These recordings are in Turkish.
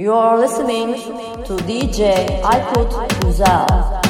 You are listening to DJ Aykut Güzel.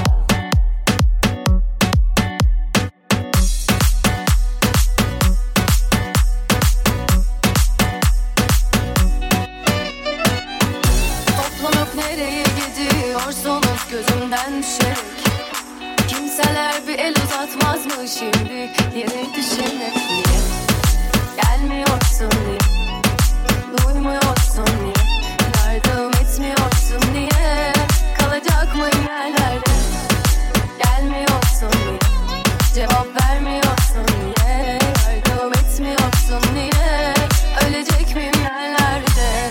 Toplanıp nereye gidiyorsunuz gözümden düşerek? Kimseler bir el uzatmaz mı şimdi? Yere düşene niye? Gelmiyorsun niye? Duymuyorsun niye? Yardım etmiyorsun niye? Kalacak mıyım yerlerde? Gelmiyorsun niye? Cevap vermiyorsun niye? Yardım etmiyorsun niye? Ölecek miyim yerlerde?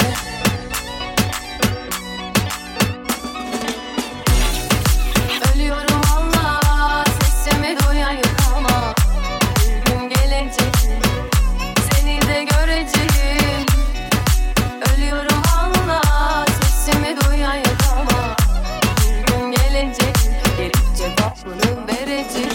Ölüyorum Allah, sesimi duyan yok ama bir gün gelecek, seni de göreceğim. Ölüyorum Allah, sesimi duyan yok ama bir gün gelecek, gelip cevabını vereceğim.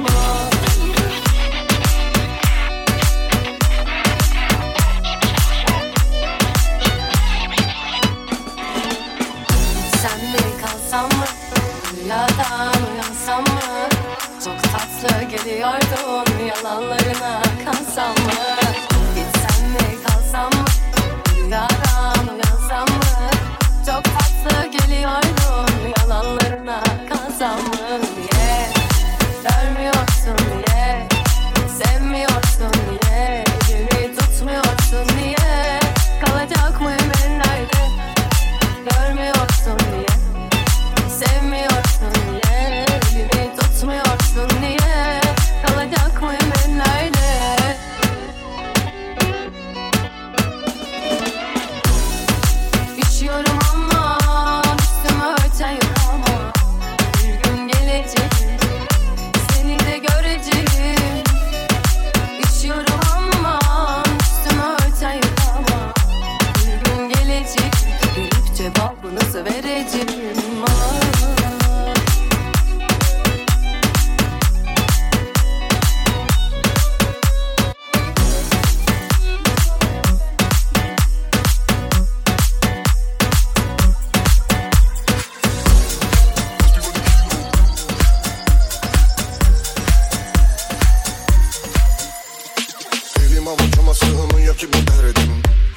Sen mi kalsam mı? Rüyadan uyansam mı? Çok tatlı geliyordun, yalanlarına kansam mı? Gitsem mi kalsam mı? Rüyadan uyansam mı? Çok tatlı geliyordun, yalanlarına kansam mı? Niye? Görmüyorsun niye? Sevmiyorsun niye? Elimi tutmuyorsun niye? Kalacak mıyım ellerde? Görmüyorsun niye? Sevmiyorsun niye? Elimi tutmuyorsun niye? Kalacak mıyım ellerde? Üşüyorum ama üstüme örten yok ama bir gün gelecek, seni de göreceğim. Üşüyorum ama üstüme örten yok ama bir gün gelecek, gelip cevabınızı vereceğim. Elim avucuma sığmıyor ki bu derdim.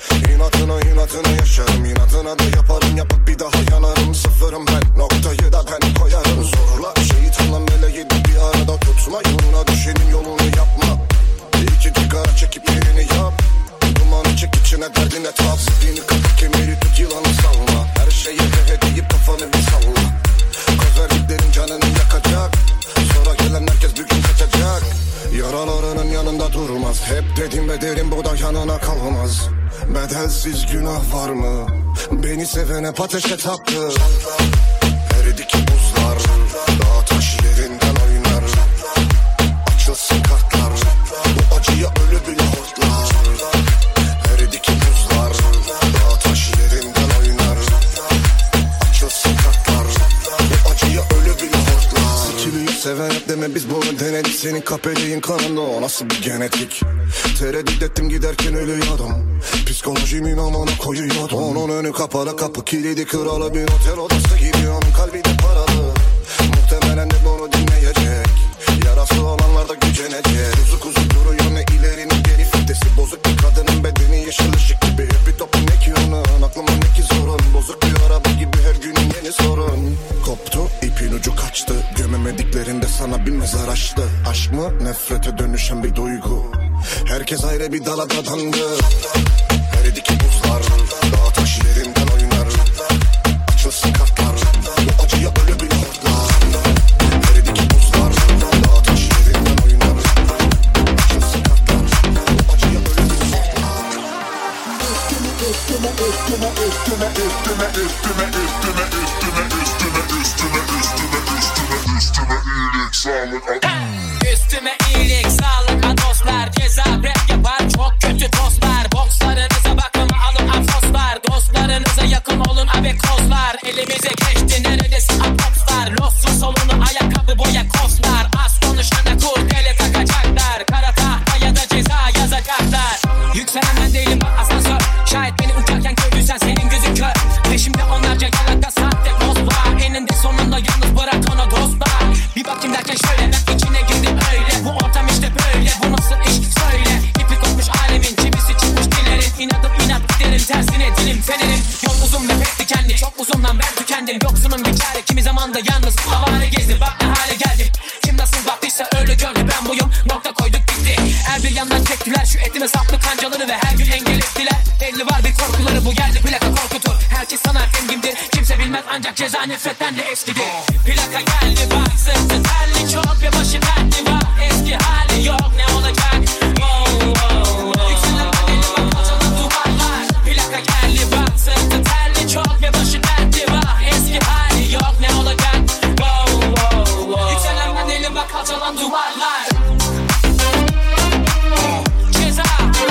İnatına yaşarım, inatına da yaparım, yapıp bir daha yanarım. Sıfırım ben, noktayı da ben koyarım. Zorla şeytanla meleği de bir arada tutma. Yoluna düşenin yolunu yapma. Bir iki sigara çekip yerini yap. Dumanı çek içine, derdine tap. Zihni kapı, kemeri tut, yılanı salma. Her şeye he deyip kafanı bir salla. Koz verdiklerin canını yakacak. Sonra gelen herkes bir gün kaçacak. Yaralarının yanında durmaz. Hep dedim ve derim, bu da yanına kalmaz. Bedelsiz günah var mı? Beni sevene ateşe taktı. Eridi ki buzlar, dağ taş yerinden oynar. Açılsın kartlar, bu acıya ölü bile hortlar. Eridi ki buzlar, dağ taş yerinden oynar. Açılsın kartlar, bu acıya ölü bile hortlar. Sikiliyi seven hep deme, biz bunu denedik. Senin kapeliğin kanında, o nasıl bir genetik? Tereddüt ettim giderken ölüyordum. Psikolojimin amana koyuyordum. Onun önü kapalı, kapı kilidi kralı. Bir otel odası gibi, onun kalbi de paralı. Muhtemelen de bunu dinleyecek. Yarası olanlar da gücenecek. Kuzu kuzu duruyor, ne ileri ne geri. Fitesi bozuk bir kadının bedeni yeşil ışık gibi. Hep bir topu ne ki onun, aklıma ne ki sorun. Bozuk bir araba gibi her günün yeni sorun. Koptu, ipin ucu kaçtı. Gömemediklerinde sana bir mezar açtı. Aşk mı? Nefrete dönüşen bir duygu. Herkes ayrı bir dala dadandı. Eridi ki buzlar, dağ taş yerinden oynar. Açılsın kartlar, bu acıya ölü bile hortlar. Eridi ki buzlar, dağ taş yerinden oynar. Açılsın kartlar, bu acıya ölü bile hortlar. Üstüme iyilik sağlık ha dostlar. Ceza rap yapar çok kötü tostlar. Bokslarınıza bakın alın afoslar. Dostlarınıza yakın olun abi kozlar. Elimize geçti neredesin apopslar. Lossuz solunu ayakkabı boya koslar. Az konuşana kurtele takacaklar. Kara tahta ya da ceza yazacaklar. Yükselen ben değilim bak asansör. Şayet beni uçarken gördüysen senin gözün kör. yalnız havale gezdim. Bak ne hale geldim. Kim nasıl baktıysa öyle gördü, ben buyum. Nokta koyduk bitti. Her bir yandan çektiler şu etime saplı kancaları ve her gün engel ettiler. Belli var bir korkuları, bu geldi plaka korkutur. Herkes sanar engimdir, kimse bilmez ancak ceza nefretten de eskidir. Plaka geldi bak, sırtı terli çok ve başı dertli var. Eski hali yok, ne olacak? Yükselen bedeli bak, alçalan duvarlar. Plaka geldi bak, sırtı terli çok ve başı dertli var. Eski hali yok, ne olacak? Yükselen bedeli bak, alçalan duvarlar. Ceza.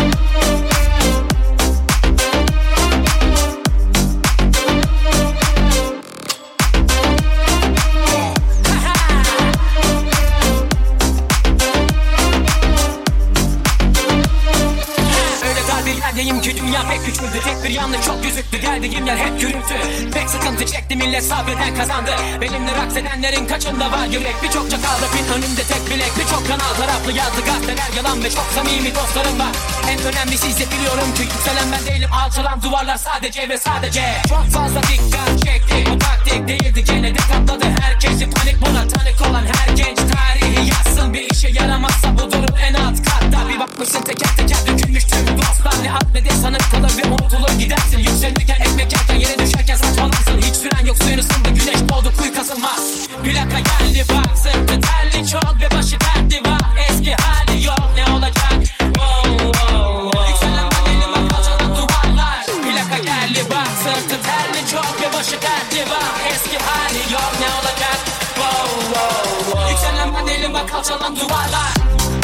Yerdeyim ki dünya pek küçüldü. Tek bir yanlış çok gözüktü. Geldiğim yer hep gürültü. Pek sıkıntı çekti, millet sabreden kazandı. Benimle raks edenlerin kaçında var yürek. Birçok çakal rapin önünde tek bilek. Birçok kanal taraflı yazdı gazeteler yalan ve çok samimi dostlarım var. En önemlisi ise biliyorum ki yükselen ben değilim, alçalan duvarlar sadece ve sadece. Çok fazla dikkat çekti, bu taktik değildi, gene de katladı herkesi. Panik buna tanık olan her genç tarihi yazsın. Bir işe yaramazsa bu durum en alt katta. Bir bakmışsın teker teker dökülmüş tüm dostlar. Ne at ne de sanık kalır ve unutulur gidersin. Yükselirken ekmek yerken yere düşerken saçmalarsın. Hiç süren yok, suyun ısındı, güneş doğdu, kuyu kazılmaz. Plaka geldi bak, sırtı terli çok ve başı dertli var. Eski hali yok, ne olacak? Yükselen bedeli bak, alçalan duvarlar. Plaka geldi bak, sırtı terli çok ve başı dertli var. Eski hali yok, ne olacak? Yükselen bedeli bak, alçalan duvarlar.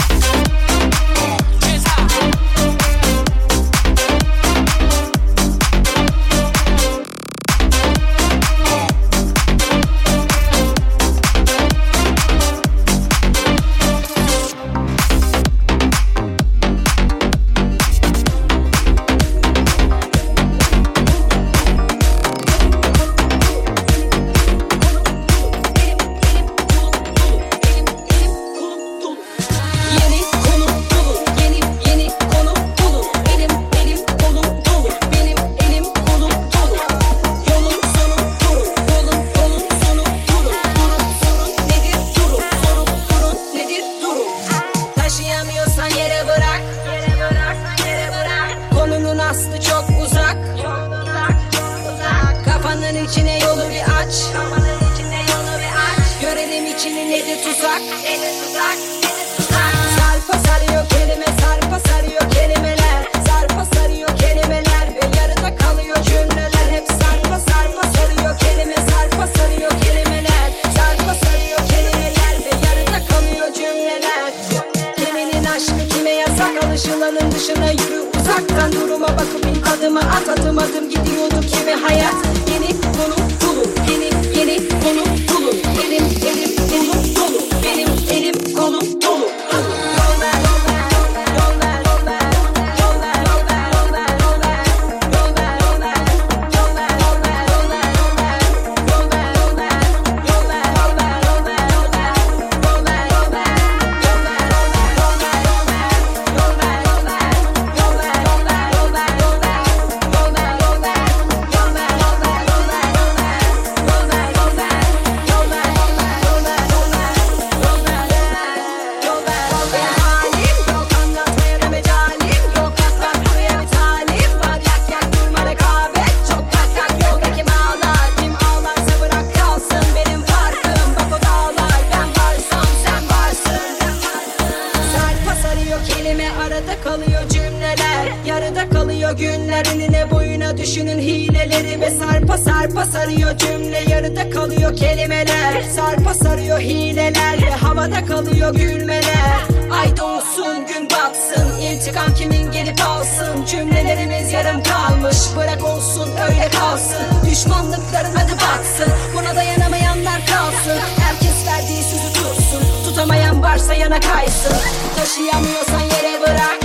Taşıyamıyorsan yere bırak.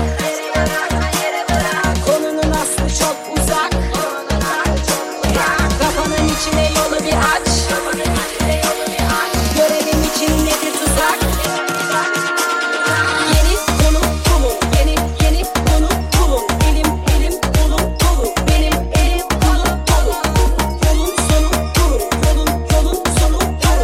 Konunun aslı çok uzak. Kafanın içine yolu bir aç. Görevim için nedir tuzak? Yeni konu bulun. Yeni konu bulun. Elim dolu dolu. Benim elim konu dolu. Yolun sonu durun. Yolun sonu durun.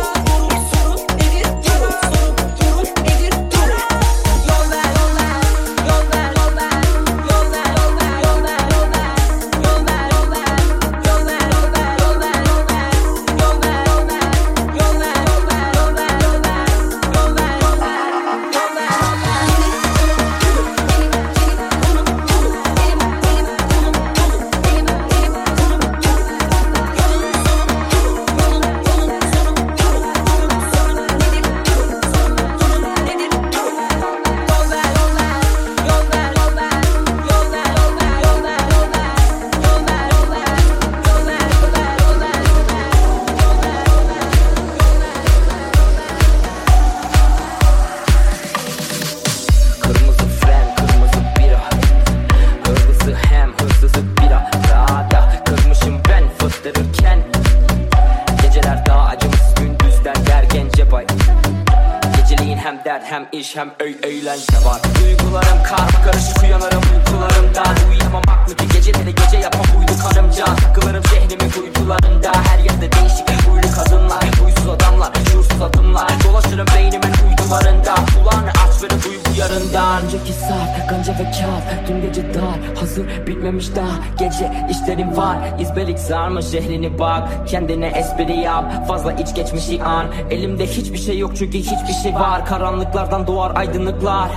Hem iş hem eğlence var. Duygularım karma karışık, uyanırım uykularımdan. Uyuyamamak mı ki geceleri gece yapan uydu karımca. Takılırım şehrimin kuytularında. Her yerde değişik huylu kadınlar, huysuz adamlar, şuursuz adımlar. Dolaşırım beynimin uydularında. Kulağını aç ve duy bu yarından. Önceki saat ganca ve kağıt, dün gece dar, hazır bitmemiş daha. Gece işlerim var, izbelik sarmış şehrini bak. Kendine espri yap, fazla iç geçmişi an. Elimde hiçbir şey yok çünkü hiçbir şey var. Karanlıklardan doğar aydınlıklar.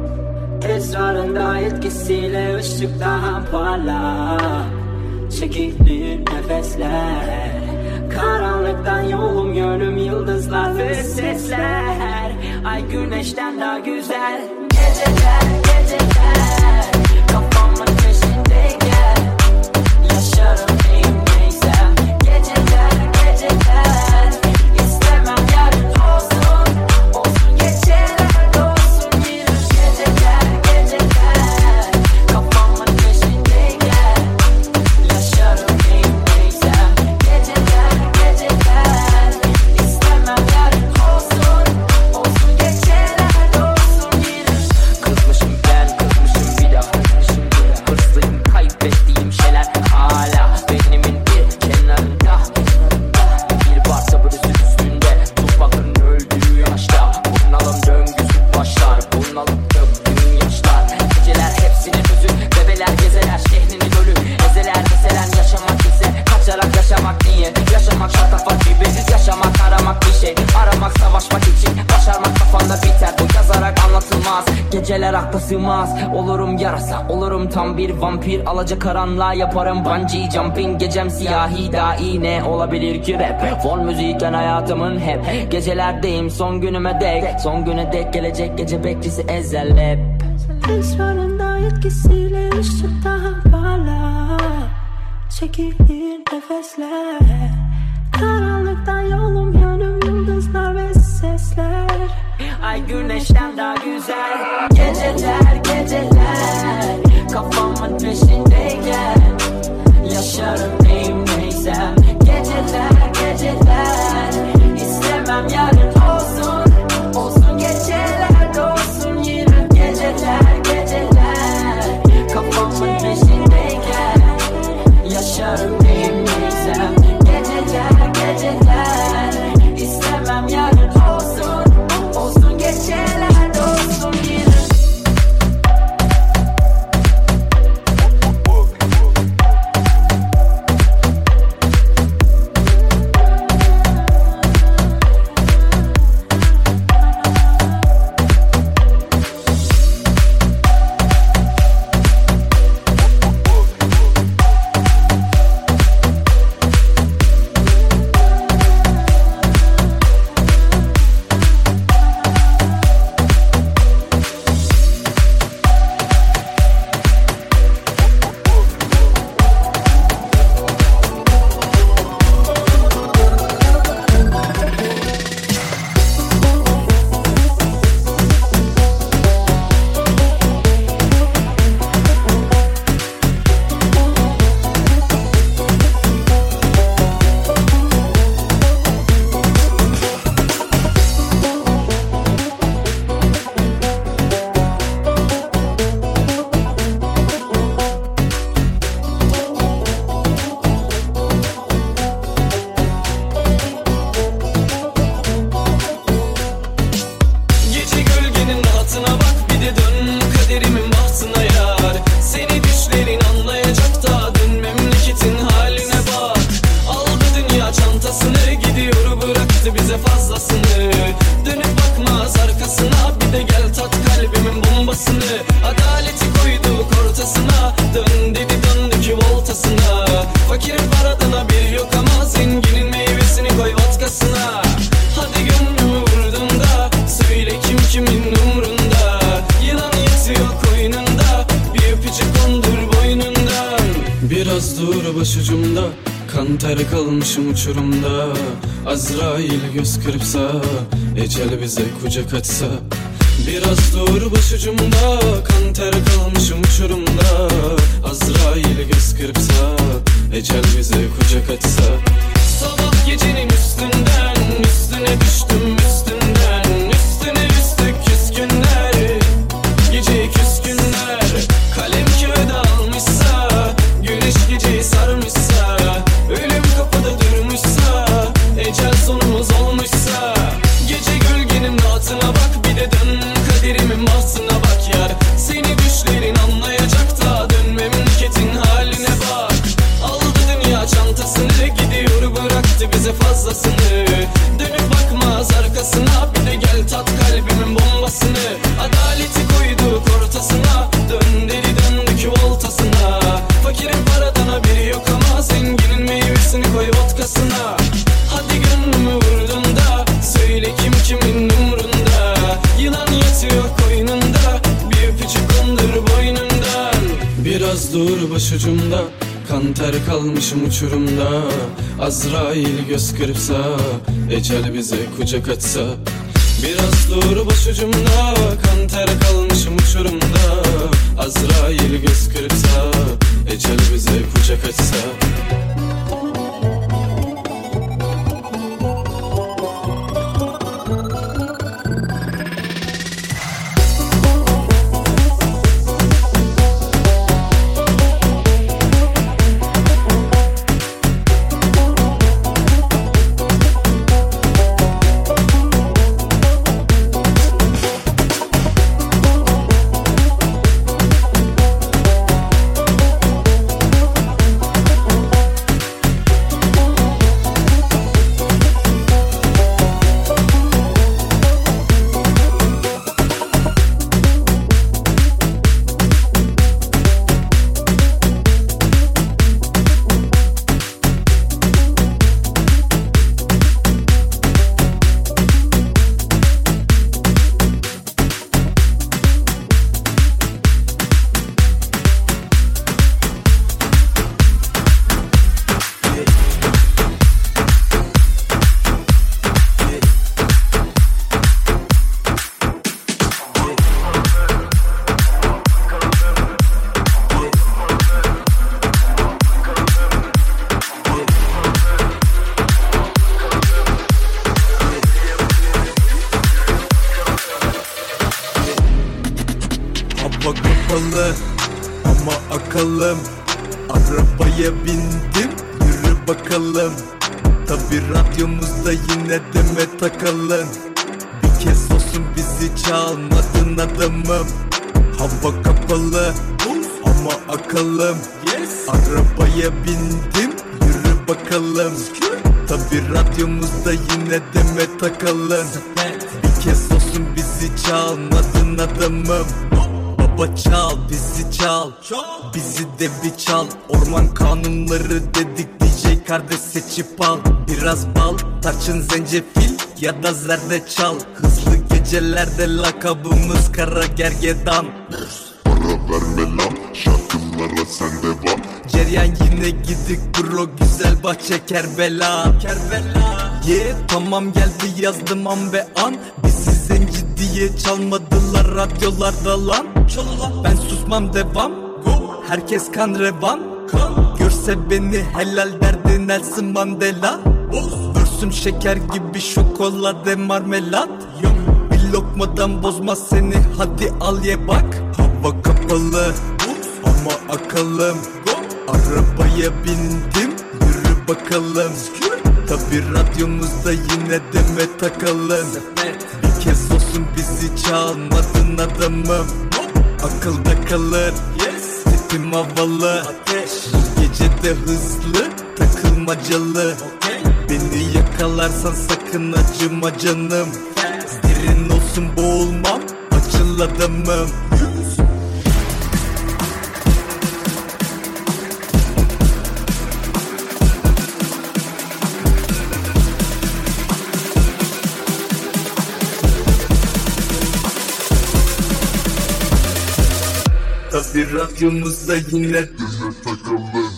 Esrarında etkisiyle ışık daha parlak. Çekilir nefesler. Karanlıktan yolum yönüm yıldızlar ve sesler. Ay güneşten daha güzel. Geceler geceler, kafamın peşindeyken yaşarım neyim neysem. Geceler geceler, istemem yarın olsun. Olsun geceler olsun yine. Geceler geceler, kafamın peşindeyken yaşarım neyim neysem. Geceler geceler, istemem yarın olsun. Olsun geceler olsun yine. Kızmışım ben, kızmışım bir daha, kızmışım bir daha. Hırslıyım, kaybettiğim şeyler hala beynimin bir kenarında. Bir parça sabırısı üstünde, tufakın öldüğü yaşta. Bunalım döngüsü başlar, bunalım döktüğüm yaşlar. Geceler hepsinin özü, bebeler gezeler şehrini bölü. Ezeler deseler yaşamak ise kaçarak yaşamak niye? Yaşamak şatafat gibi, yaşamak aramak bir şey. Aramak savaşmak için, başarmak kafanda biter. Bu yazarak anlatılmaz, geceler akla sığmaz. Olurum yarasa, olurum tam bir vampir. Alacakaranlığa yaparım bungee jumping. Gecem siyahi dahi, ne olabilir ki rap? Fon müzikken hayatımın hep gecelerdeyim son günüme dek. Son güne dek gelecek gece bekçisi ezel hep. Esrarında etkisiyle ışık daha parlak. Çekilir nefesler. Karanlıktan yolum yönüm yıldızlar ve sesler. Ay güneşten daha güzel. Geceler geceler, kafamın peşindeyken yaşarım neyim neysem. Geceler geceler, istemem yarın olsun. Olsun geceler olsun yine. Geceler geceler, kafamın peşindeyken yaşarım neyim neysem. Geceler geceler, istemem yarın olsun. Olsun geceler olsun yine. başucumda, kan ter kalmışım uçurumda. Azrail göz kırpsa, ecel bize kucak açsa. Biraz dur başucumda, kan ter kalmışım uçurumda. Azrail göz kırpsa, ecel bize kucak açsa. Sabah gecenin üstünden, üstüne düştüm üstünden. Üstüne üstlük küs etti bize fazlasını. Dönüp bakmaz arkasına, bir de gel tat kalbimin bombasını. Adaleti koyduk ortasına, dön deli döndük voltasına. Fakirin paradan haberi yok ama zenginin meyvesini koy vodkasına. Hadi gönlümü vurdun da söyle kim kimin umrunda. Yılan yatıyor koynunda, bir öpücük kondur boynundan. Biraz dur başucumda, kan ter kalmışım uçurumda. Azrail göz kırpsa, ecel bize kucak açsa. Biraz dur başucumda, kan ter kalmışım uçurumda. Azrail göz kırpsa, ecel bize kucak açsa. bakalım. Arabaya bindim, yürü bakalım. Tabi radyomuzda yine deme takalım. Bir kez olsun bizi çalmadın adamım. Hava kapalı ama akalım. Arabaya bindim, yürü bakalım. Tabi radyomuzda yine deme takalım. Bir kez olsun bizi çalmadın adamım. Baba çal, bizi çal, bizi de bir çal. Orman kanunları dedik, DJ kardeş seçip al. Biraz bal, tarçın, zencefil ya da zerdeçal. Hızlı gecelerde lakabımız kara gergedan. Para verme lan, şarkılara sen devam. Ceryan yine gidik bro, güzel bahçe Kerbela. Yeah, tamam geldi yazdım an ve an. Bizi zenci diye çalmadılar radyolarda lan. Ben susmam devam, herkes kan revan. Görse beni helal derdi Nelson Mandela. Vursun şeker gibi şokolade marmelat. Bir lokmadan bozmaz seni, hadi al ye bak. Hava kapalı ama akalım. Arabaya bindim, yürü bakalım. Tabi radyomuzda yine deme takalım. Bir kez olsun bizi çalmadın adamım. Akılda kalır, tipim havalı. Bu gece de hızlı, takılmacalı. Beni yakalarsan sakın acıma canım. Derin olsun boğulmam, açıl adamım. Tabi radyomuzda yine deme takalım.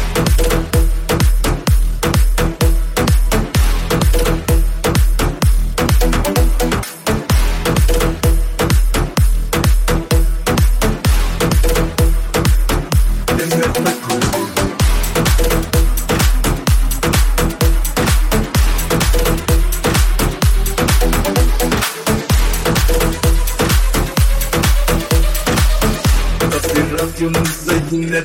Radyomuzda yine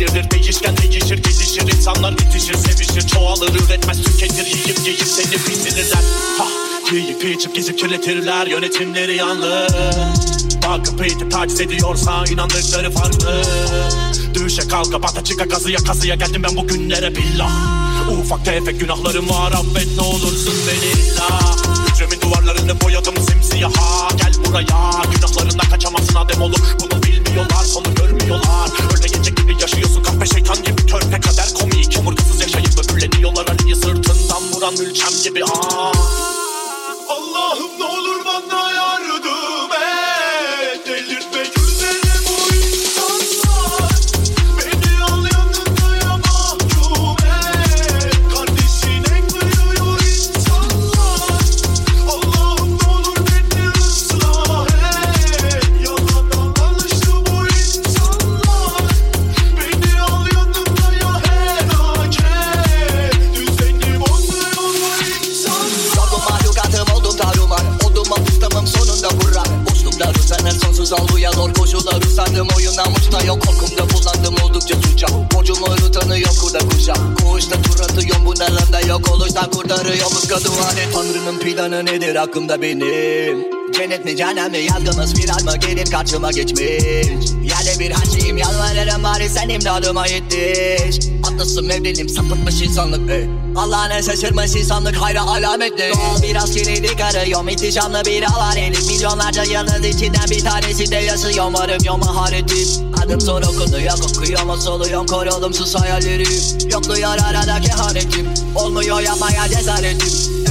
verir. Değişken değişir gelişir, insanlar bitişir sevişir. Çoğalır üretmez tüketir, yiyip yiyip seni bitirirler. Yiyip içip gezip kirletirler yönetimleri yanlı. Bakıp eğitip taciz ediyorsa inandıkları farklı. Düşe kalka bata çıka kazıya kazıya geldim ben bugünlere billah. Ufak tefek günahlarım var, affet ne olursun beni illa. Hücremin duvarlarını boyadım simsiyaha. Gel buraya, günahlarından kaçamazsın adem olur. Bunu bilmiyorlar, sonu görmüyorlar. Öyle gece gibi yaşıyorsun kahpe şeytan gibi. Körpe kader komik, omurgasız yaşayıp öpüleniyorlar. Ali'yi sırtından vuran ülkem gibi. Allah'ım ne olur bana yardım et. Delirtme gözlerim bu insanlar. Beni al yanına mahkum et. Kardeşine kıyıyor insanlar. Allah'ım ne olur beni ıslah et. Yalandan alıştı bu insanlar. Beni al yanına ya helak et. Düzeni bozuyor bu insanlar. Yorgun mahlukatım oldum tarumar. Oduma fıstamım sonunda vurra. Boşluklar uzanır sonsuz algıya zor koşullar usandım. Oyundan uçta yok korkumda bulandım oldukça suça. Borcumu unutanıyor kurda kuşa. Koğuşta tur atıyorum bunlarında yok oluştan kurtarıyor muska duvar et. Tanrı'nın planı nedir hakkımda benim? Cennet mi cehennem mi yazgımız viral mı gelin karşıma geçmiş. Yerle bir her şeyim yalvarırım bari sen imdadıma yetiş. Atlasın mevlelim sapıtmış insanlık Allah'ına şaşırmış insanlık hayra alametli. Biraz kirlilik arıyorum ihtişamlı bir avarelik. Milyonlarca yıldız içinden bir tanesinde yaşıyorum. Varım yok maharetim. Adım son okunuyor kokuyor mu soluyorum. Korulumsuz hayallerim. Yokluyor arada kehanetim. Olmuyor yapmaya cesaretim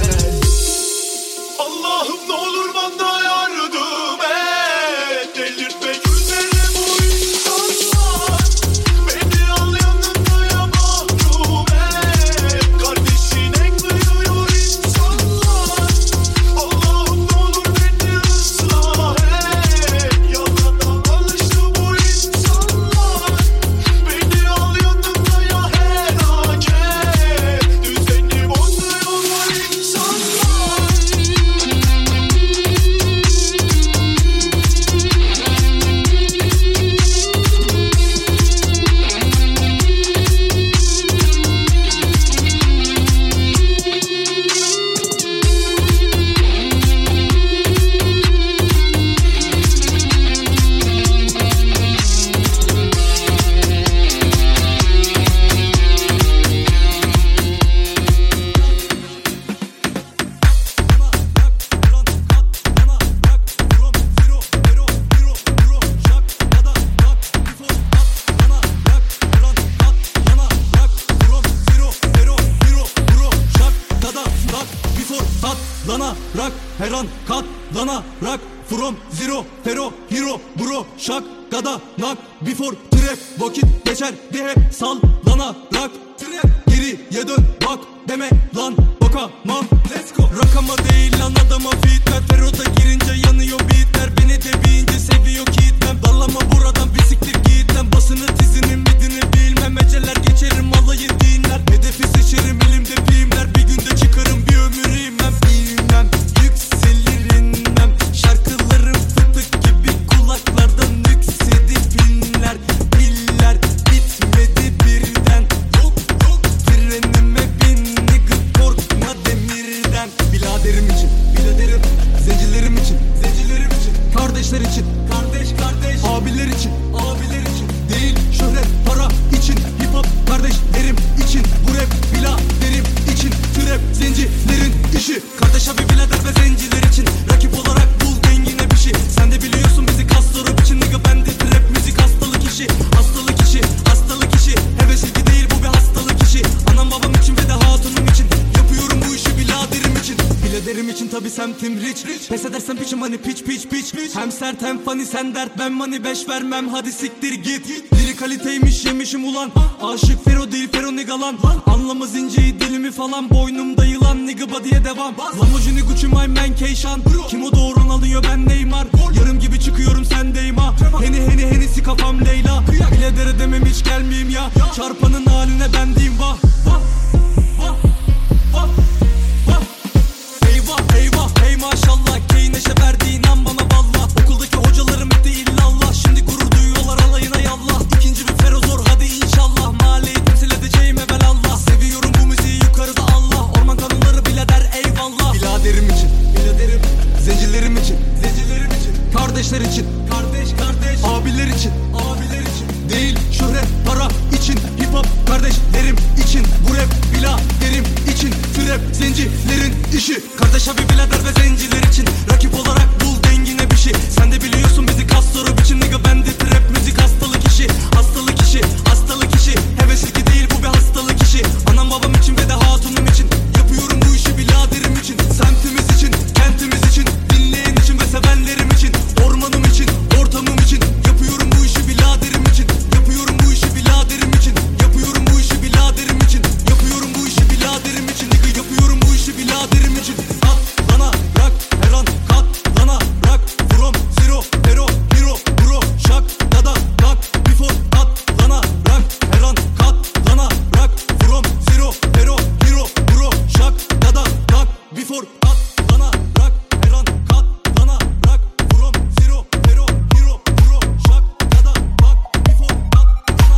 Allah'ım ne olur bana yardım et. Delirtme gözlerim bu insanlar. Beni al yanına ya mahkum et. Kardeşine kıyıyor insanlar. Allah'ım ne olur beni ıslah et. Yalandan alıştı bu insanlar. Beni al yanına ya helak et. Düzeni bozuyor bu insanlar. Her an katlanarak from zero fero hero bro şak gada nak before trap vakit geçerdi hep sallanarak geriye dön bak deme lan bakamam let's go rakama değil lan adama feedback feroda girince yanıyor beatler beni de bilince seviyor kitmem dallama buradan bisiklet gitmem basını tizinin midini bilmem eceler geçerim alayı dinler hedefi seçerim elimde filmler bir günde çıkarım bir ömür inmem şarkılarım fıtık gibi kulaklardan yüksedi filmler piller bitmedi birden yok frenime bin nigga korkma demirden biladerim için biladerim zencilerim için kardeşler için kardeş abiler için değil şöhret para için hip hop kardeşlerim için bu rap biladerim için trap zencilerin işi kardeş abi bilader ve zenciler için rakip olarak bul dengine bir şey sen de biliyorsun bizi kaslarıp için nigga bende rap müzik hastalık işi heves ilgi değil bu bir hastalık işi anam babam için ve de hatunum için yapıyorum bu işi biladerim için için tabi semtim rich pes edersen piçim hani piç hem sert hem funny sen dert ben money 5 vermem hadi siktir git Diri kaliteymiş yemişim ulan aşık Fero değil Fero nigalan anlamaz inceyi dilimi falan boynumda yılan nigga body'ye devam Lamborghini Gucci my man Keyşan kim o doğuran alıyor ben Neymar yarım gibi çıkıyorum sendeyim ha Henisi kafam Leyla bile dere demem hiç gelmeyeyim ya çarpanın haline ben diyeyim vah Eyvah hey maşallah key neşe verdi inan bana valla okuldaki hocalarım etti illallah şimdi gurur duyuyorlar alayına yallah ikinci bir Fero zor hadi inşallah kardeşler için. Kardeş, abiler için. Değil şöhret, para için. Hip hop kardeşlerim için. Bu rap biraderim için. Trap zencilerin işi. Kardeş abi birader ve zenciler için. Rakip olarak bul dengine bir şey. Sen de biliyorsun bizi kas soru biçim. Nigga bende trap müzik hastalık işi. Hastalık işi. Hevesli değil bu bir hastalık işi. Anam babam için ve de hatunum için. Yapıyorum bu işi biraderim için. Semtimiz için, kentimiz için. Dinleyen için ve sevenlerim için. Ormanım için, ortamım için. Yapıyorum bu işi biraderim için. Yapıyorum bu işi biraderim için. Yapıyorum bu işi biraderim için. Yapıyorum bu işi biraderim için. Nigga yapıyorum bu işi biraderim için. Katlana bırak her an katlana bırak. From zero hero bro şak ya da bak before katlana bırak her an katlana bırak. From zero hero bro şak ya da bak before katlana bırak her an katlana bırak. From zero hero bro şak ya da bak before katlana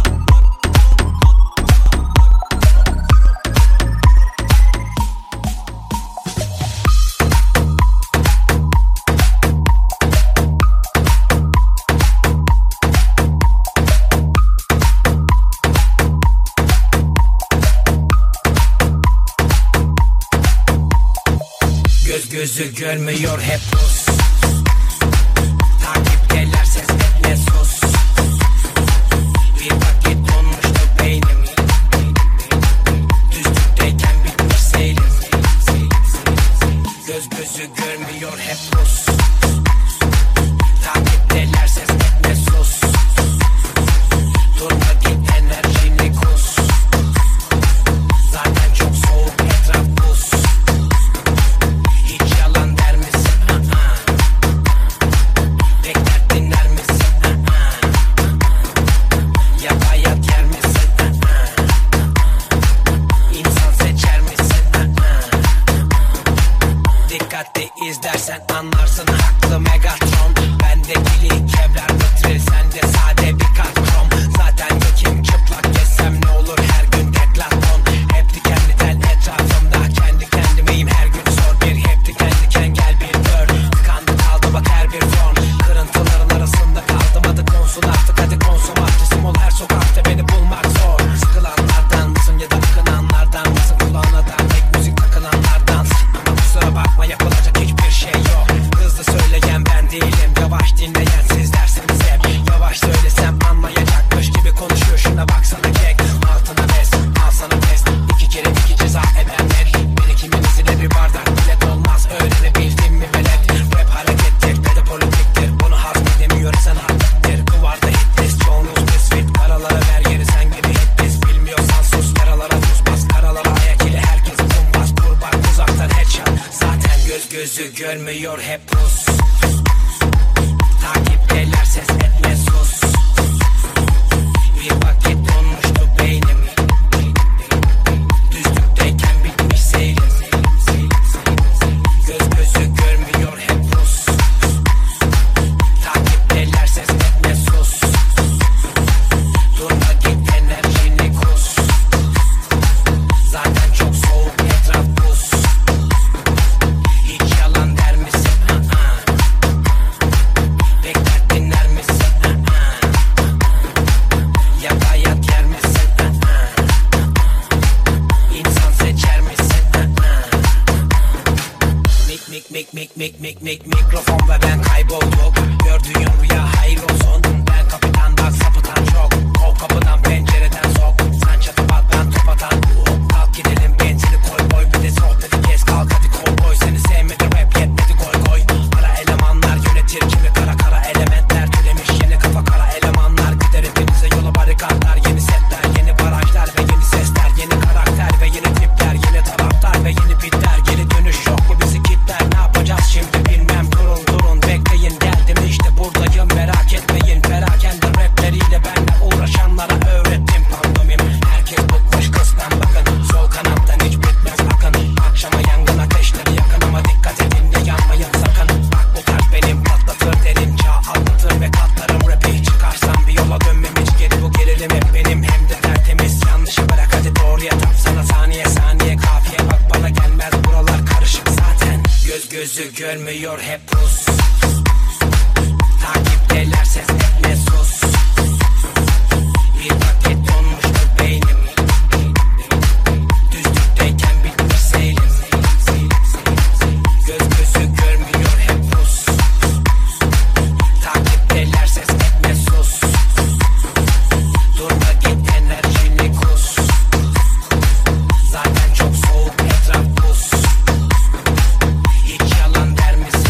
Gözü görmüyor hep pus. Takipteler ses etme sus. Bir vakit donmuştu beynim. Düzlükteyken bitmiş seyrim. Gözü görmüyor hep pus. Takipteler ses etme sus. Durma git enerjini kus. Zaten çok soğuk etraf buz. Hiç yalan der misin? Bekler dinler misin? Ya hayat yer misin? İnsan seçer misin? Dikkatli izlersen anlarsın haklı Megatron. Bendeki kevlar metril, sende sade bir karton. Zaten yokim çıplak gezsem ne olur her gün deklaton. Hep dikenli tel etrafımda, kendi kendimeyim her gün zor bir. Hep diken gel bir gör. Tıkandı kaldı bak her bir form. Kırıntıların arasında kaldım, adı konsun artık hadi konsumatristim ol her sokakta beni bulmak zor. Sıkılanlardan mısın ya da akınanlardan mısın? Kulağına da tek müzik takılanlardan. Ama kusura bakma yapılacak hiçbir şey yok. Hızlı söyleyen ben değilim, yavaş dinleyen siz dersiniz hep. Yavaş söylesem anlayacakmış gibi konuşuyor, şuna baksana kek. Altına bes, al sana test. 2 kere 2 ceza ebenler. Bir ikiminizine bir bardak bilet olmaz, öğrenebildim mi velet? Rap harekettir ve de politiktir, bunu hazmedemiyor sanattir. Kuvarda hit list, çoğunuz misfit. Karalara ver yeri sen gibi hit list. Bilmiyorsan sus, yaralara tuz bas. Karalara ayak ile herkes kumpas. Kurban uzaktan headshot. Zaten gözü görmüyor hep pus. Takipteler ses etme sus. Bir vakit donmuştu beynim. Düzlükteyken bitmiş seyrim. Gözü görmüyor hep pus. Takipteler ses etme sus. Durma git enerjini kus. Zaten çok soğuk etraf buz. Hiç yalan der misin? Bekler dinler misin? Ya hayat yer misin? İnsan seçer misin? Mikrofon ve ben kaybolduk. Gördüğün rüya hayır olsun. Ben kapitandan sapıtan çok. Kov kapıdan pencereden sok. Sen çatı bak ben top atan. Kalk gidelim benzini koy boy. Bir de sohbeti kes kalk hadi kovboy. Seni sevmedi rap yetmedi koy koy. Kara elemanlar yönetir kimi kara elementler. Türemiş yeni kafa kara elemanlar. Gider hepimize yola barikatlar. Yeni setler yeni barajlar ve yeni sesler. Yeni karakter ve yeni tipler. Yeni taraftar ve yeni bitler. Geri dönüş yok bu bizi kitler. Ne yapacağız şimdi bilmem, durun bekleyin. Geldim işte buradayım merak etmeyin. Perakende rapleriyle benle uğraşanlara Takipteler ses etme sus. Bir paket donmuştu beynim. Düzlükteyken bitmiş seylim. Göz gözü görmüyor hep pus. Takipteler ses etme sus. Durma git enerjini kus. Zaten çok soğuk etraf buz. Hiç yalan der misin?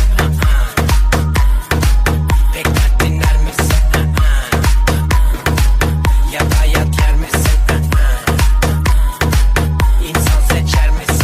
Bekler dinler misin? Ya da yat yer misin? İnsan seçer misin?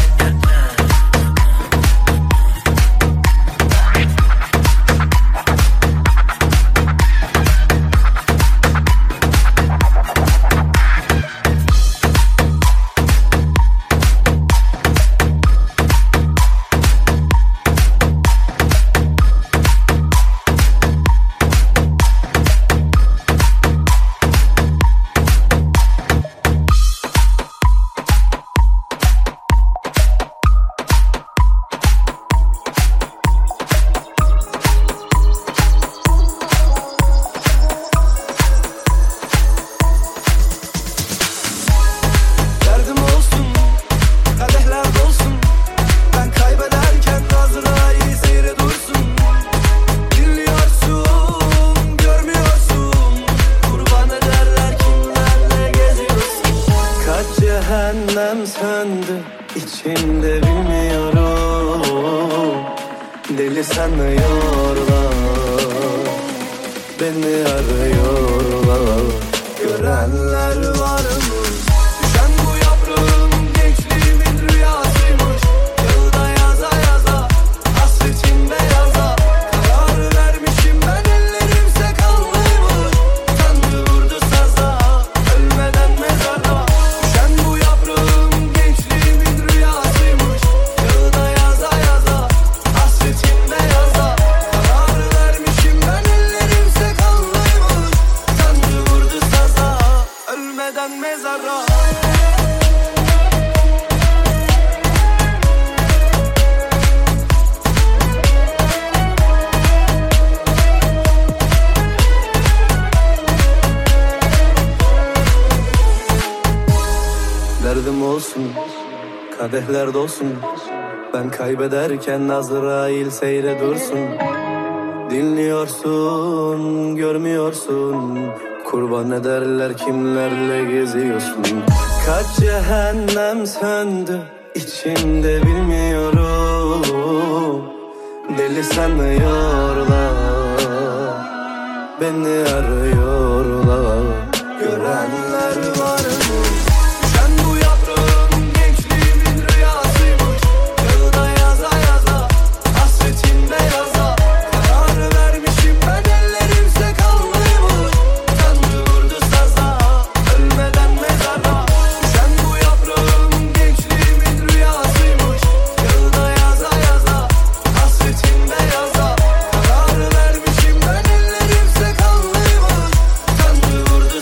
Derdim olsun, kadehler dolsun. Ben kaybederken Azrail seyre dursun. Dinliyorsun, görmüyorsun. Kurban ederler kimlerle geziyorsun. Kaç cehennem söndü içimde bilmiyorum. Deli sanıyorlar, beni arıyorlar. Görenler var mı? Düşen bu yaprağın gençliğimin rüyasıymış. Yılda yaza yaza, hasretim beyaza. Karar vermişim ben, ellerimse kanlıymış. Tanrı vurdu saza, ölmeden mezara. Düşen bu yaprağın gençliğimin rüyasıymış. Yılda yaza yaza, hasretim beyaza. Karar vermişim ben, ellerimse kanlıymış. Tanrı vurdu saza, ölmeden mezara. Derdim olsun, kadehler dolsun. Ben kaybederken Azrail seyre dursun. Dinliyorsun, görmüyorsun. Kurban ederler kimlerle geziyorsun. Kaç cehennem söndü içimde bilmiyorum. Deli sanıyorlar, beni arıyorlar. Görenler var mı? Düşen bu yaprağın gençliğimin rüyasıymış. Yılda yaza yaza, hasretim beyaza. Karar vermişim ben, ellerimse kanlıymış. Tanrı vurdu saza, ölmeden mezara. Düşen bu yaprağın gençliğimin rüyasıymış. Yılda yaza yaza, hasretim beyaza. Karar vermişim ben, ellerimse kanlıymış. Tanrı vurdu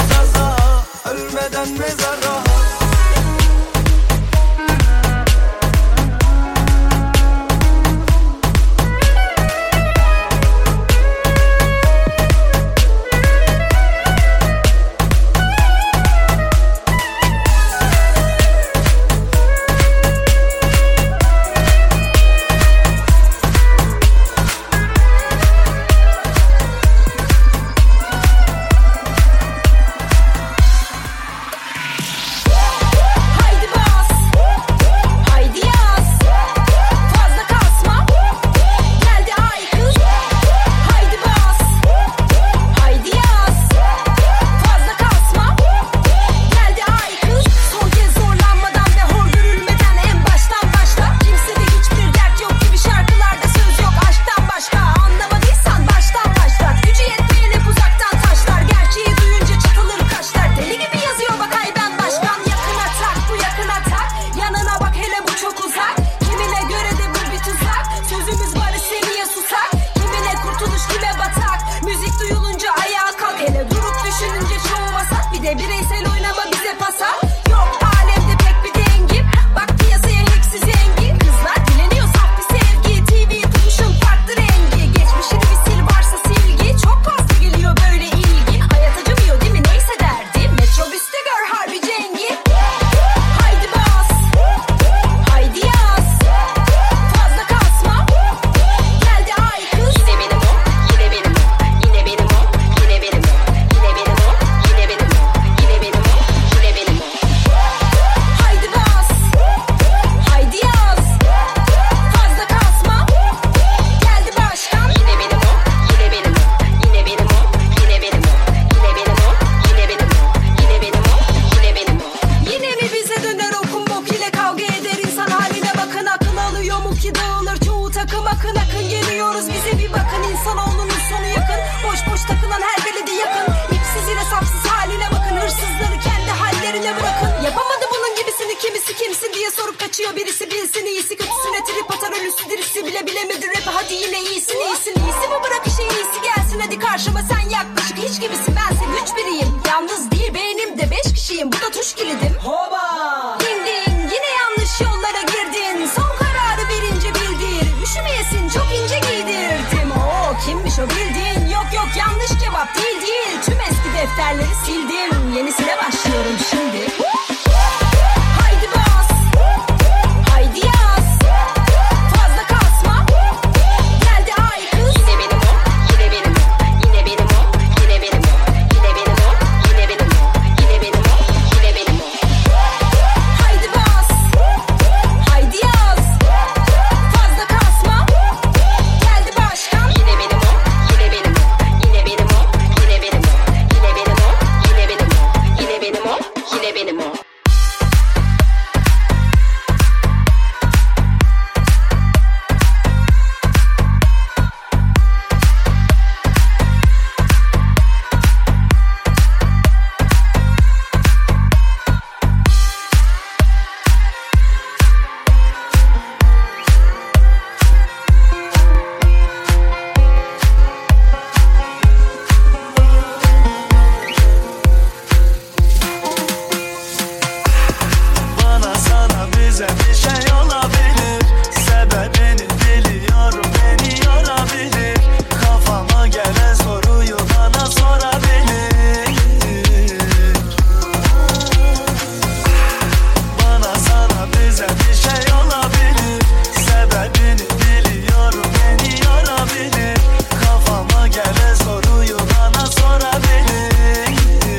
karşıma sen yaklaşık hiç gibisin. Bense güç biriyim. Yalnız değil beynimde 5 kişiyim. Bu da tuş kilidim. Hoba! Dindin yine yanlış yollara girdin. Son kararı verince bildir. Üşümeyesin çok ince giydirdim. O kimmiş o bildiğin? Yok yanlış cevap değil. Tüm eski defterleri sildim. Yenisine başlıyorum şimdi. Haydi bas. Haydi yaz. Fazla kasma. Geldi ay kız. Yine benim o. Yine benim o. Yine benim o. Yine benim o. Yine benim o. Yine benim o. Yine benim o. Yine benim o. Haydi bas. Haydi yaz. Fazla kasma. Geldi başkan. Yine benim o. Yine benim o. Yine benim o. Yine benim o. Yine benim o. Yine benim o. Yine benim o. Yine benim o. Bana sana bize bir şey olabilir. Sebebini biliyorum, beni yorabilir. Kafama gelen soruyu bana sorabilir. Bana sana bize bir şey olabilir. Sebebini biliyorum, beni yorabilir. Kafama gelen soruyu bana sorabilir.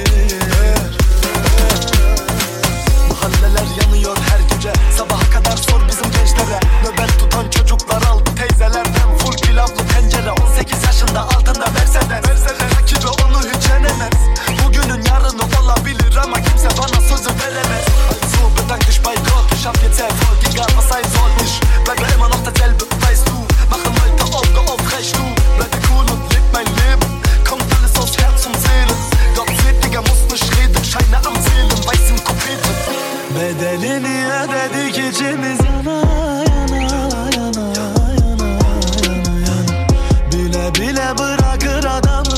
Mahalleler yanıyor her gece. Sabaha kadar sor bizim gençlere. Nöbet tutan çocuklar aldı teyzelerden. Full pilavlı tencere 18 yaşında altında Mercedes. Rakibi onu hiç yenemez. Bugünün yarını olabilir ama kimse bana sözü veremez. Also bedank dich bei Gott, ich hab jetzt Erfolg, egal was sein soll. Ich bleibe immer noch derselbe, weißt du. Mache heute Auge auf, recht du. Bleibe cool und leb mein Leben. Kommt alles aus Herz und Seele. Gott seht, Digga, muss nicht reden. Scheine am Seelen, weiß im Kopete. Bedelini ödedik içimiz yana yana yana. Bile bile bırakır adamı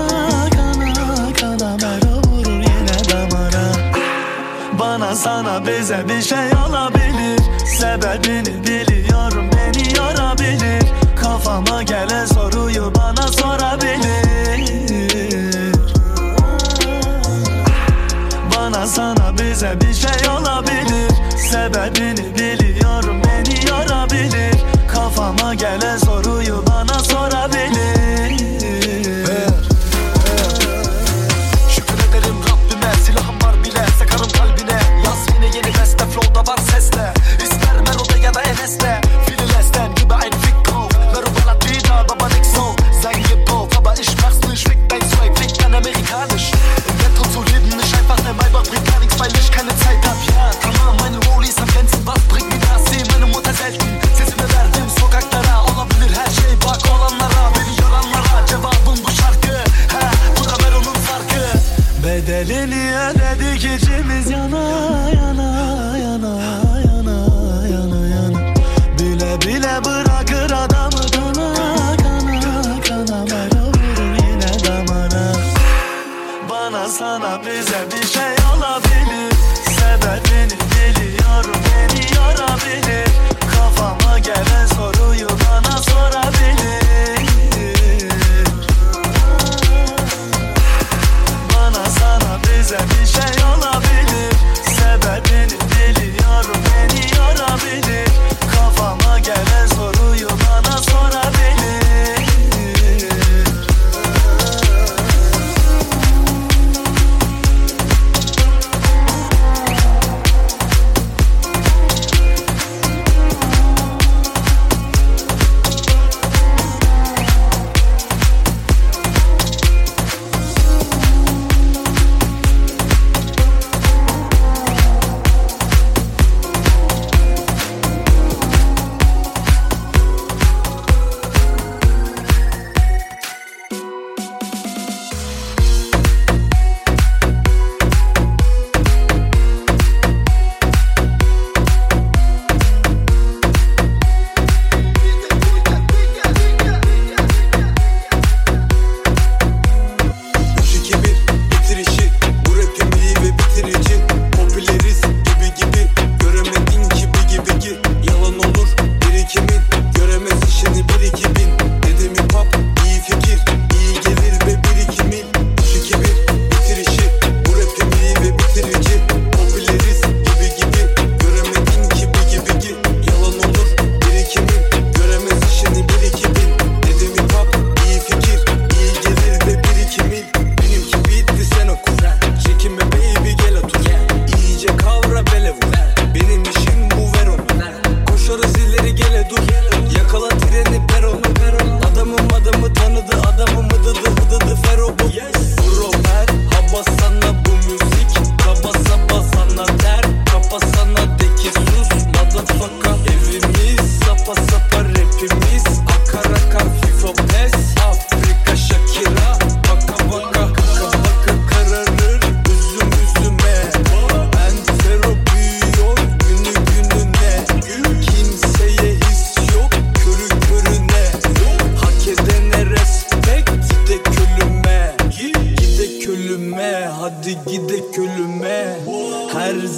kana mera vurur yine damara. Bana sana bize bir şey olabilir. Sebebini biliyorum, beni yorabilir. Kafama gelen soruyu bana sorabilir. Bana sana bize bir şey olabilir. Sebebini biliyorum, beni yorabilir. Kafama gelen soruyu bana sorabilir. Şükür ederim Rabbime, silahım var bile. Sakarım kalbine, yaz yine yeni beste. Flow'da var sesle, ister Melo'da ya da Enes'te. Fililesten gibi ein Fick drauf. Meru Balatida, Baba Nixon. Sen gibi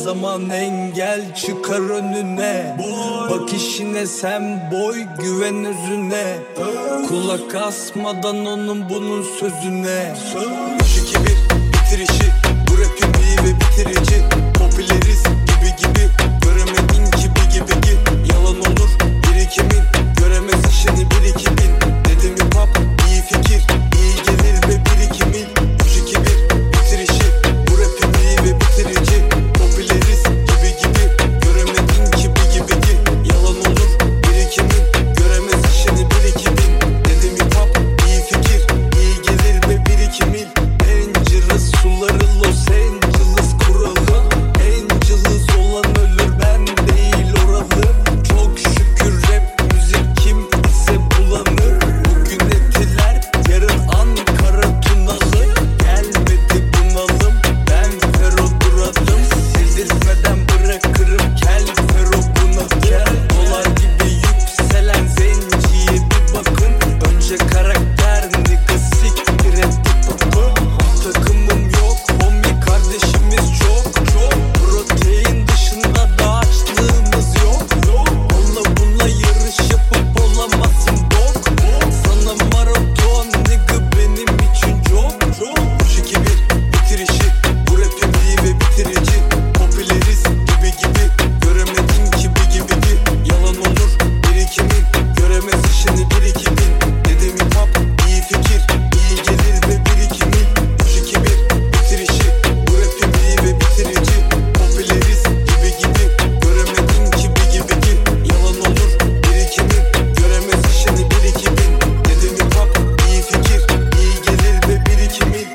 zaman engel çıkar önüne. Bak işine sen boy, güven özüne. Kulak asmadan onun bunun sözüne. 3-2-1 bitirişi, bu rapim iyi ve bitirici. Popüleriz gibi göremedin ki gibi. Yalan olur birikimin, göremez işini 1-2 bin. Dedim hip hop iyi fikir, iyi gelir ve 1-2 mil. 3-2-1 bitirişi, bu rapim iyi ve bitirici. Popüleriz gibi göremedin ki gibi. Yalan olur birikimin, göremez işini 1-2 bin. Dedim hip hop iyi fikir, iyi gelir ve 1-2 mil. Dangerous suları Los Angeles kuralı. Angeles olan ölür, ben değil oralı. Çok şükür rap müzik kim ise bulanır. Bugün etiler, yarın Ankara Tunalı. Gelmedi bunalım, ben Fero duradım. Sildirmeden bırakırım kel Fero bunadı. Dolar gibi yükselen zenciye bir bakın. Önce karakter nigga siktir et tıpkı. Takımım yok homie, kardeşimiz çok. Protein dışında da açlığımız yok. Onunla bununla yarış yapıp olamazsın dok. Sana maraton nigga benim için çok. 3-2-1 bitirişi, bu rapim iyi ve bitirici. Popüleriz gibi göremedin ki gibi. Yalan olur 1-2 mil, göremez işini 1-2 bin. Dedim hip hop iyi fikir, iyi gelir ve 1-2 mil. 3-2-1 bitirişi, bu rapim iyi ve bitirici. Popüleriz gibi göremedin ki gibi. Yalan olur 1-2 mil, göremez işini 1-2 bin. Dedim hip hop iyi fikir, iyi gelir ve 1-2 mil.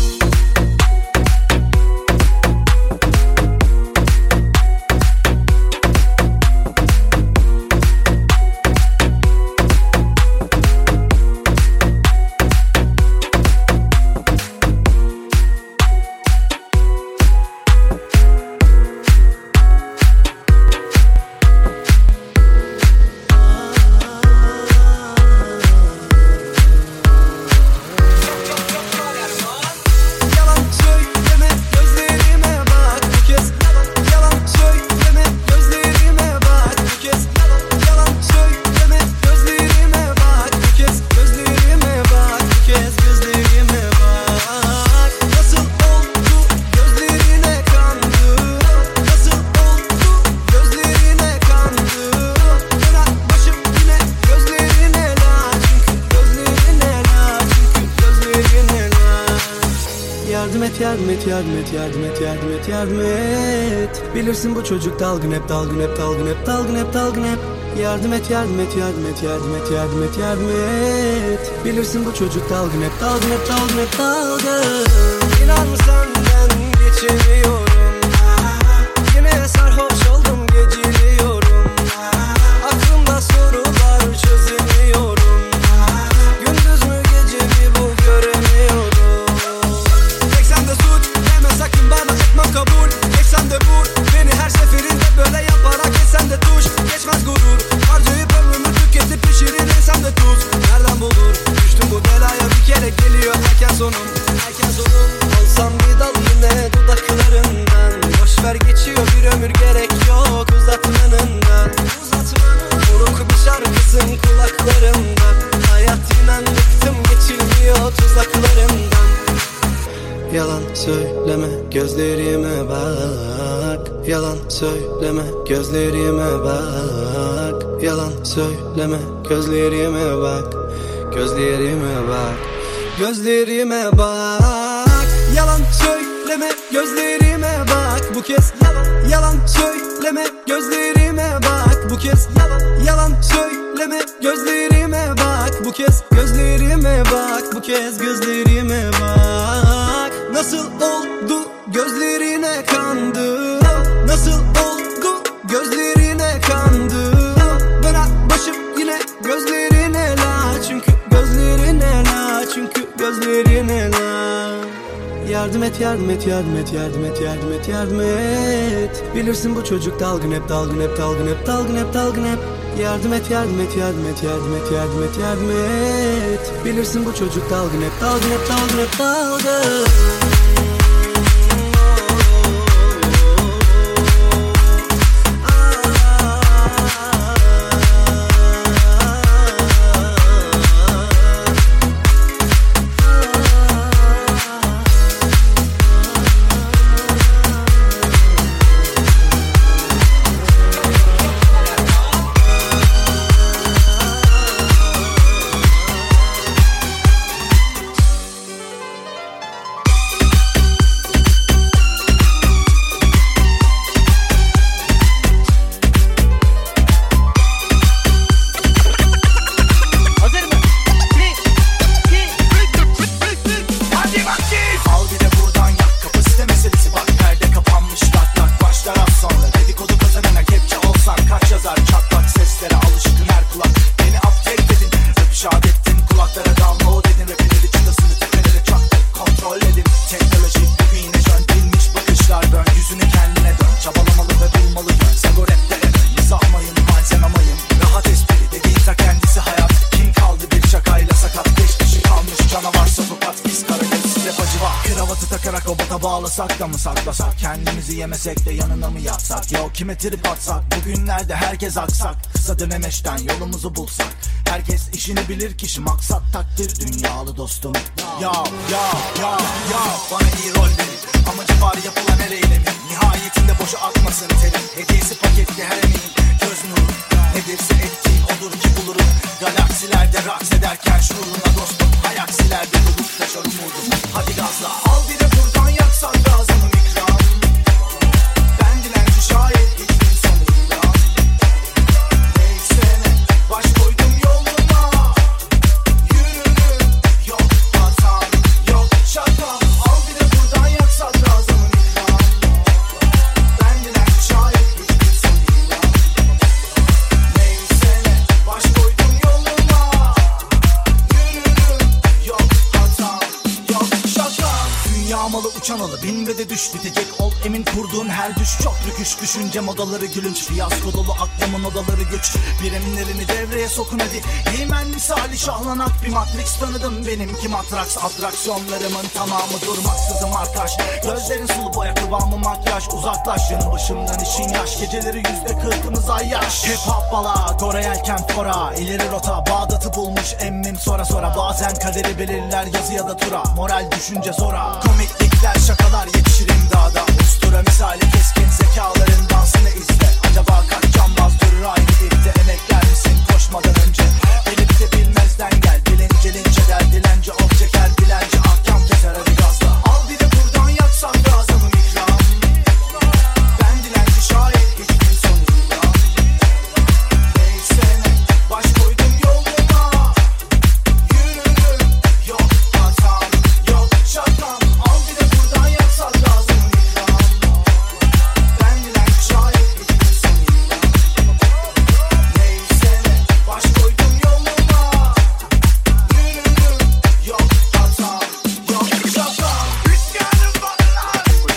Yalan söyleme gözlerime bak bu kez. Yalan söyleme gözlerime bak bu kez. Yalan söyleme gözlerime bak bu kez. Gözlerime bak bu kez, gözlerime bak. Nasıl oldu gözlerine kandım? Nasıl oldu gözlerine kandım? Bırak başım yine gözlerine la. Çünkü gözlerine la. Çünkü gözlerine la. Yardım et, yardım et, yardım et, yardım et, yardım et, yardım et. Bilirsin bu çocuk dalgın hep, dalgın hep, dalgın hep, dalgın hep, dalgın hep. Yardım et, yardım et, yardım et, yardım et, yardım et, yardım et. Bilirsin bu çocuk dalgın hep, dalgın hep, dalgın hep, dalgın. İnan senden geçemiyorum. Yine sarhoş oldum, geciliyorum. Aklımda sorular çözemiyorum. Gündüz mü gece mi bu göremiyorum. Tek sende suç, deme sakın bana, etmem kabul. Tek sende vur, beni her seferinde böyle yaparak esen de tuş. Geçmez gurur, harcayıp ömrümü tüketip pişirir insan da tuz. Nereden bulur, düştüm bu belaya bir kere, geliyor erken sonum. Erken sonum, olsam bir dal yine dudaklarından. Boşver geçiyor bir ömür, gerek yok uzatmanından. Buruk bir şarkısın kulaklarımda. Hayat inan bıktım, geçilmiyor tuzaklarından. Yalan söyleme gözlerime bak. Yalan söyleme gözlerime bak. Yalan söyleme gözlerime bak. Gözlerime bak. Gözlerime bak. Yalan söyleme gözlerime bak bu kez. Yalan söyleme gözlerime bak bu kez. Yalan söyleme gözlerime bak bu kez. Gözlerime bak bu kez, gözlerime bak. Nasıl oldu gözlerine kandım? Nasıl oldu gözlerine kandım? Bırak başım yine gözlerine la. Çünkü gözlerine la. Çünkü gözlerine la. Yardım et, yardım et, yardım et, yardım et, yardım et, yardım et. Bilirsin bu çocuk dalgın hep, dalgın hep, dalgın hep, dalgın hep, dalgın hep. Yardım et, yardım et, yardım et, yardım et, yardım et, yardım et. Bilirsin bu çocuk dalgın hep, dalgın hep, dalgın hep, dalgın. bağlasak da mı saklasak, kendimizi yemesek de yanına mı yatsak? Yo kime trip atsak, bugünlerde herkes aksak. Kısa dönemeçten yolumuzu bulsak, herkes işini bilir kişi maksat takdir dünyalı dostum. Ya bana iyi rol verin, amacı var yapılan her eylemin, nihayetinde boşa akmasın terim. Hediyesi paketli her emeğin göz nuru, nedirse ettiğin odur ki bulurum. Galaksilerde raks ederken şuuruna dostum, hayaksilerde dolup taşar umudum. Hadi gazla al bir de buradan yaksak lazımım ikram. Ben dilenci şayet gittin sonunda. Neyse ne baş koydum yoluna, yürürüm yok hatam yok şakam. Al bir de buradan yaksak lazımım ikram. Ben dilenci şayet gittin sonunda. Neyse ne baş koydum yoluna, yürürüm yok hatam yok şakam. Dünya malı uçan alı, bin ve de düş, bitecek ol emin kurduğun her düş. Çok rüküş düşünce modaları gülünç, fiyasko dolu aklımın odaları güç. Birimlerini devreye sokun hadi, Heymen misali şahlanak bir Matrix tanıdım. Benimki matraks, atraksiyonlarımın tamamı durmaksızım arkadaş. Gözlerin sulu boya kıvamı makyaj, uzaklaş yanı başımdan işin yaş. Geceleri %40'ımız ay yaş. Hip hop bala, Kore yelken fora, ileri rota Bağdat'ı bulmuş emmim sonra. Bazen kaderi belirler yazı ya da tura, moral düşünce zora. Komiklikler şakalar yetişir imdada, ustura misali keskin zekaların dansını izle. Acaba kaç cambaz durur aynı ipte, emekler misin koşmadan önce? Bilip de bilmezden gel, bilince linç eder, dilenci ol çeker, dilenci ahkam keser. Hadi gazla al bir de buradan yaksak lazımım ikram. Ben dilenci şayet gittin sonunda. Neyse ne baş koydum yoluna, yürürüm yok hatam yok şakam. Al bir de buradan yaksak lazımım ikram. Ben dilenci şayet gittin sonunda. Neyse ne baş koydum yoluna, yürürüm yok hatam yok şakam. Rüzgarım bana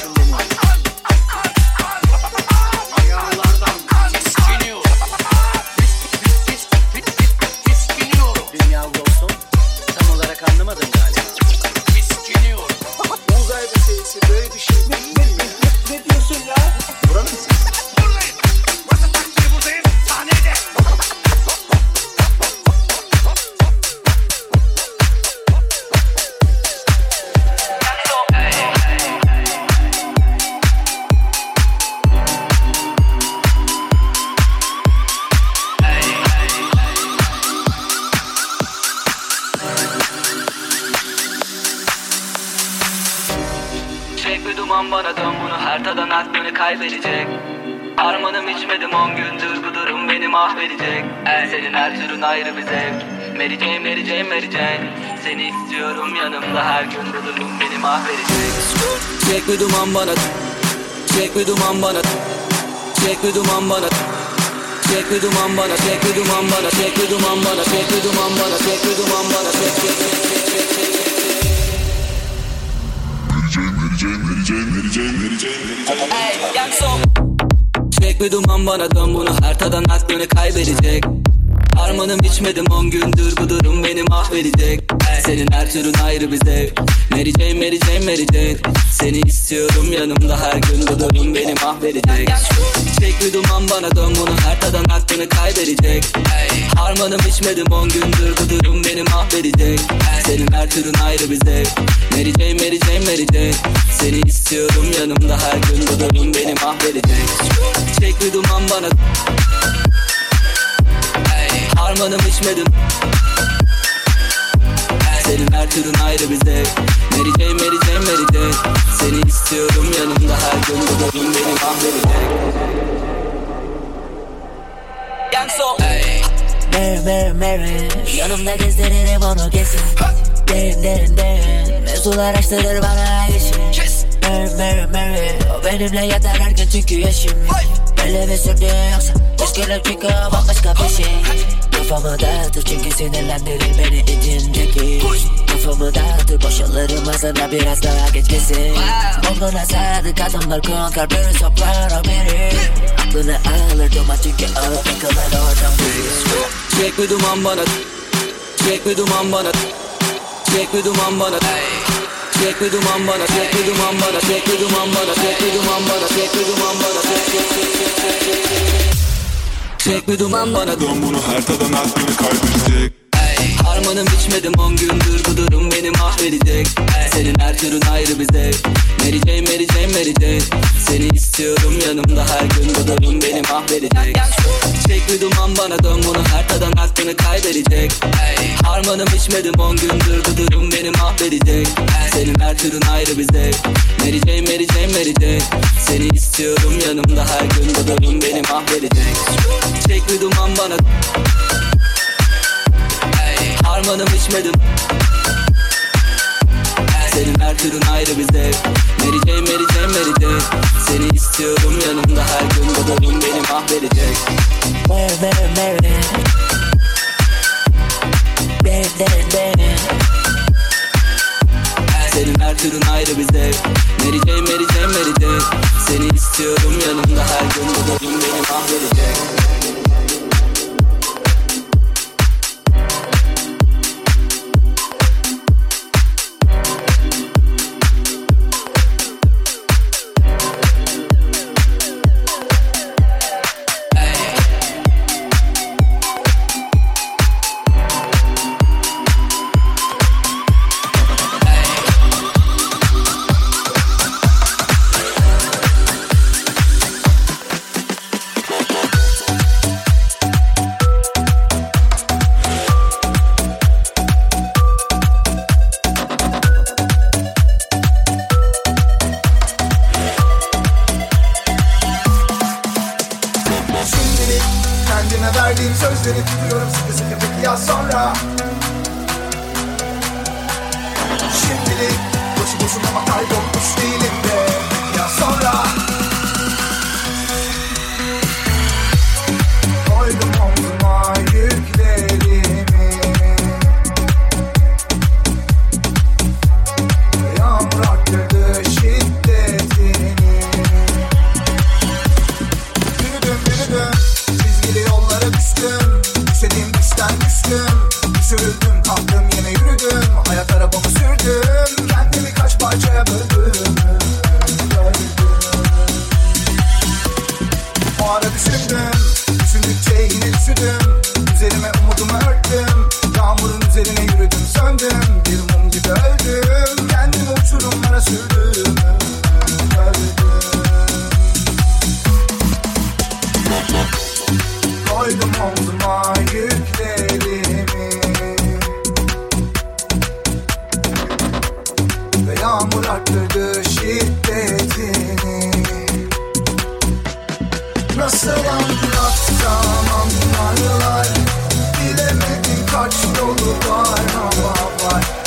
Ayağlardan tiskiniyorum. Tiskiniyorum. Dünyalı dostum, tam olarak anlamadım galiba. Tiskiniyorum. Uzay meselesi böyle bir şey değil mi? Ne diyorsun ya? Buranın mısın? Buradayım. Burası taktiği buradayım. Sahnede. Çek bir duman bana dön bunu, her tadan aklını kaybedecek. Harmanım içmedim 10 gündür, bu durum beni mahvedecek. Senin her türün ayrı bir zevk. Mary Jane, Mary Jane, Mary Jane. Seni istiyorum yanımda her gün, bu durum beni mahvedecek. Çek bir duman bana, çek bir duman bana, çek bir duman bana, çek bir duman bana, çek bir duman bana, çek bir duman bana, çek bir duman bana, çek bir duman bana, çek. Çek bir duman bana dön bunu, her tadan aklını kaybedecek. Harmanım içmedim 10 gündür, bu durum beni mahvedecek. Senin her türün ayrı bir zevk. Mary Jane, Mary Jane, Mary Jane. Seni istiyorum yanımda her gün, bu durum beni mahvedecek. Çek bir duman bana dön bunu, her tadan aklını kaybedecek. Harmanım içmedim 10 gündür, bu durum beni mahvedecek. Senin her türün ayrı bir zevk. Mary Jane, Mary Jane, Mary Jane. Seni istiyorum yanımda her gün, bu durum beni mahvedecek. Çek bir duman bana, harmanım içmedim. Senin her türün ayrı bir zevk. Mary Jane, Mary Jane, Mary Jane. Seni istiyorum yanımda her gün, bu durum beni mahvedecek. Mary, Mary, yanımda gezdiririm onu kesin. Derin, mevzular açtırır bana işin. Mary, o benimle yatar her gün çünkü yaşım. Böyle bir sürdü yoksa başkalar çünkü bambaşka bir şey. Kafamı dağıtır çünkü sinirlendirir beni içindeki. Kafamı dağıtır boşalırım aslında biraz daha geç kesin. Onlara sadık adamlar konkar bir soprano biri. Aklını alır duman çünkü alıp yıkılır oradan biri. Çek bir duman bana, çek bir duman bana, çek bir duman bana, Çek bir duman bana, çek bir duman bana, çek bir duman bana, çek bir duman bana, çek bir duman bana, çek bir duman bana. Dön bunu her tadan az beni kaybedecek. Harmanım içmedim 10 gündür, bu durum beni mahvedecek. Senin her türün ayrı bir zevk. Mary Jane, Mary Jane, Mary Jane. Seni istiyorum yanımda her gün, bu durum beni mahvedecek. Çek bir duman bana, dön bunu her tadan aklını kaybedecek. Harmanım içmedim 10 gündür, bu durum beni mahvedecek. Senin her türün ayrı bir zevk. Mary Jane, Mary Jane, Mary Jane. Seni istiyorum yanımda her gün, bu durum beni mahvedecek. Çek bir duman bana, harmanım içmedim. Senin her türün ayrı bir zevk. Mary Jane, Mary Jane, Mary Jane. Seni istiyorum yanımda her gün, bu durum beni mahvedecek. Mary, Mary, Mary. Mary, Mary, Mary. Senin her türün ayrı bir zevk. Mary Jane, Mary Jane, Mary Jane. Seni istiyorum yanımda her gün, bu durum beni mahvedecek. Kendime verdiğim sözleri tutuyorum sıkı sıkı, peki ya sonra? Şimdilik boşu boşuna ama kaybolmuş değilim de. Ya sonra? Koydum omzuma yüklerimi, yağmur arttırdı şiddetini. Yürüdüm çizgili yollara düştüm. Düşediğim düşten düştüm. Düşürüldüm kalktım yine yürüdüm. Hayat arabamı sürdüm. Kendimi kaç parçaya böldüm. O ara düşündüm. Düşündükçe yine üşüdüm. Üzerime umudumu örttüm. Yağmurun üzerine yürüdüm söndüm. Bir mum gibi öldüm. Kendimi uçurumlara sürdüm. Koydum omzuma yüklerimi ve yağmur arttırdı şiddetini. Nasıl anlatsam anlarlar, bilemedim kaç yolu var ama var.